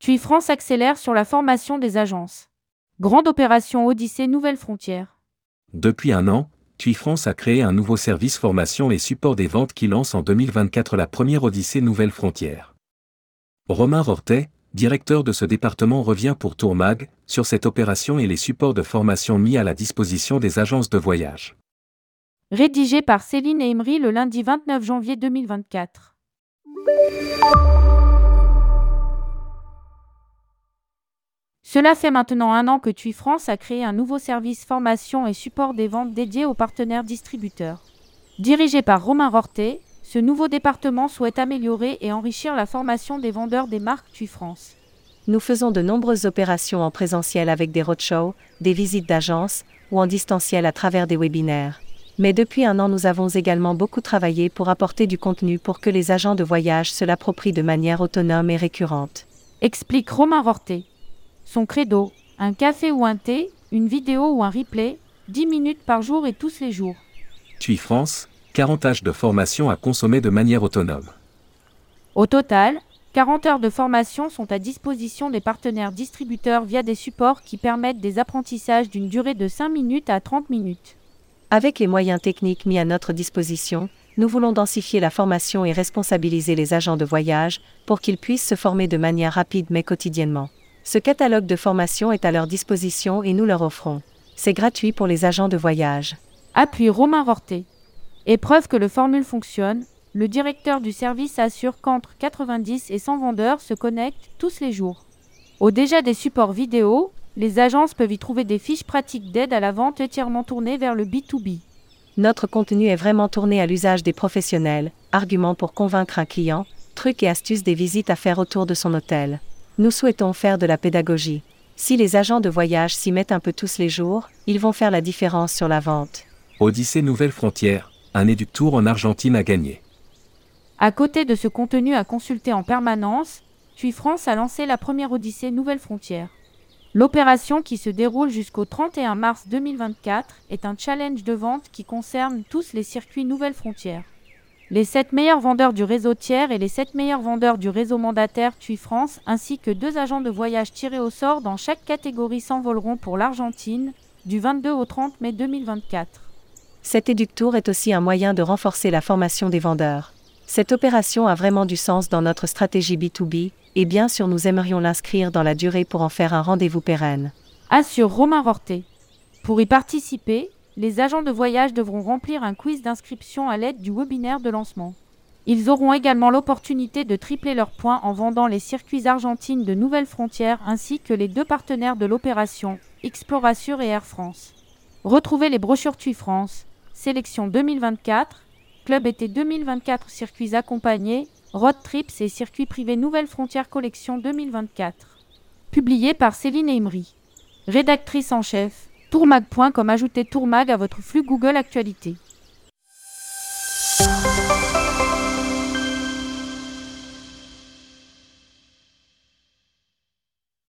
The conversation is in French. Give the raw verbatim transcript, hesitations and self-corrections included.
TUI France accélère sur la formation des agences. Grande opération Odyssée Nouvelles Frontières. Depuis un an, TUI France a créé un nouveau service formation et support des ventes qui lance en deux mille vingt-quatre la première Odyssée Nouvelles Frontières. Romain Rortet, directeur de ce département, revient pour Tourmag sur cette opération et les supports de formation mis à la disposition des agences de voyage. Rédigé par Céline et Emery le lundi vingt-neuf janvier deux mille vingt-quatre. Cela fait maintenant un an que TUI France a créé un nouveau service formation et support des ventes dédié aux partenaires distributeurs. Dirigé par Romain Rortet, ce nouveau département souhaite améliorer et enrichir la formation des vendeurs des marques TUI France. Nous faisons de nombreuses opérations en présentiel avec des roadshows, des visites d'agence ou en distanciel à travers des webinaires. Mais depuis un an, nous avons également beaucoup travaillé pour apporter du contenu pour que les agents de voyage se l'approprient de manière autonome et récurrente. Explique Romain Rortet. Son credo, un café ou un thé, une vidéo ou un replay, dix minutes par jour et tous les jours. TUI France, quarante heures de formation à consommer de manière autonome. Au total, quarante heures de formation sont à disposition des partenaires distributeurs via des supports qui permettent des apprentissages d'une durée de cinq minutes à trente minutes. Avec les moyens techniques mis à notre disposition, nous voulons densifier la formation et responsabiliser les agents de voyage pour qu'ils puissent se former de manière rapide mais quotidiennement. Ce catalogue de formation est à leur disposition et nous leur offrons. C'est gratuit pour les agents de voyage. Appuie Romain Rortet. Et preuve que le formule fonctionne, le directeur du service assure qu'entre quatre-vingt-dix et cent vendeurs se connectent tous les jours. Au-delà des supports vidéo, les agences peuvent y trouver des fiches pratiques d'aide à la vente entièrement tournées vers le B deux B. Notre contenu est vraiment tourné à l'usage des professionnels, arguments pour convaincre un client, trucs et astuces des visites à faire autour de son hôtel. Nous souhaitons faire de la pédagogie. Si les agents de voyage s'y mettent un peu tous les jours, ils vont faire la différence sur la vente. Odyssée Nouvelles Frontières, un éduc-tour en Argentine à gagner. À côté de ce contenu à consulter en permanence, TUI France a lancé la première Odyssée Nouvelles Frontières. L'opération, qui se déroule jusqu'au trente et un mars deux mille vingt-quatre, est un challenge de vente qui concerne tous les circuits Nouvelles Frontières. Les sept meilleurs vendeurs du réseau tiers et les sept meilleurs vendeurs du réseau mandataire TUI France, ainsi que deux agents de voyage tirés au sort dans chaque catégorie, s'envoleront pour l'Argentine, du vingt-deux au trente mai deux mille vingt-quatre. Cet éduc-tour est aussi un moyen de renforcer la formation des vendeurs. Cette opération a vraiment du sens dans notre stratégie B deux B, et bien sûr nous aimerions l'inscrire dans la durée pour en faire un rendez-vous pérenne. Assure Romain Rortet. Pour y participer, les agents de voyage devront remplir un quiz d'inscription à l'aide du webinaire de lancement. Ils auront également l'opportunité de tripler leurs points en vendant les circuits Argentine de Nouvelles Frontières ainsi que les deux partenaires de l'opération, Explorassure et Air France. Retrouvez les brochures TUI France, sélection deux mille vingt-quatre, Club été deux mille vingt-quatre, circuits accompagnés, Road Trips et circuits privés Nouvelles Frontières collection deux mille vingt-quatre. Publié par Céline et Emery. Rédactrice en chef. Tourmag point com. Ajoutez Tourmag à votre flux Google Actualité.